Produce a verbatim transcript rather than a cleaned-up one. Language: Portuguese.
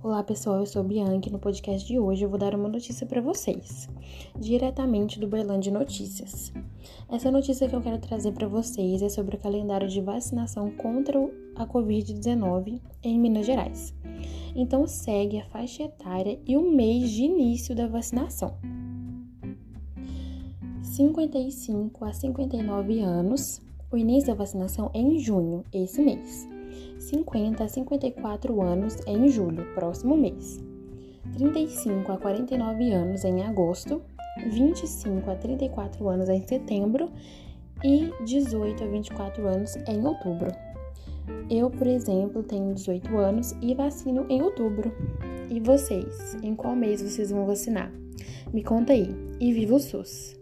Olá pessoal, eu sou Bianca e no podcast de hoje eu vou dar uma notícia para vocês, diretamente do Berlândia Notícias. Essa notícia que eu quero trazer para vocês é sobre o calendário de vacinação contra a covid dezenove em Minas Gerais. Então segue a faixa etária e o mês de início da vacinação. cinquenta e cinco a cinquenta e nove anos, o início da vacinação é em junho, esse mês. cinquenta a cinquenta e quatro anos é em julho, próximo mês. trinta e cinco a quarenta e nove anos é em agosto. vinte e cinco a trinta e quatro anos é em setembro. E dezoito a vinte e quatro anos é em outubro. Eu, por exemplo, tenho dezoito anos e vacino em outubro. E vocês? Em qual mês vocês vão vacinar? Me conta aí. E viva o SUS!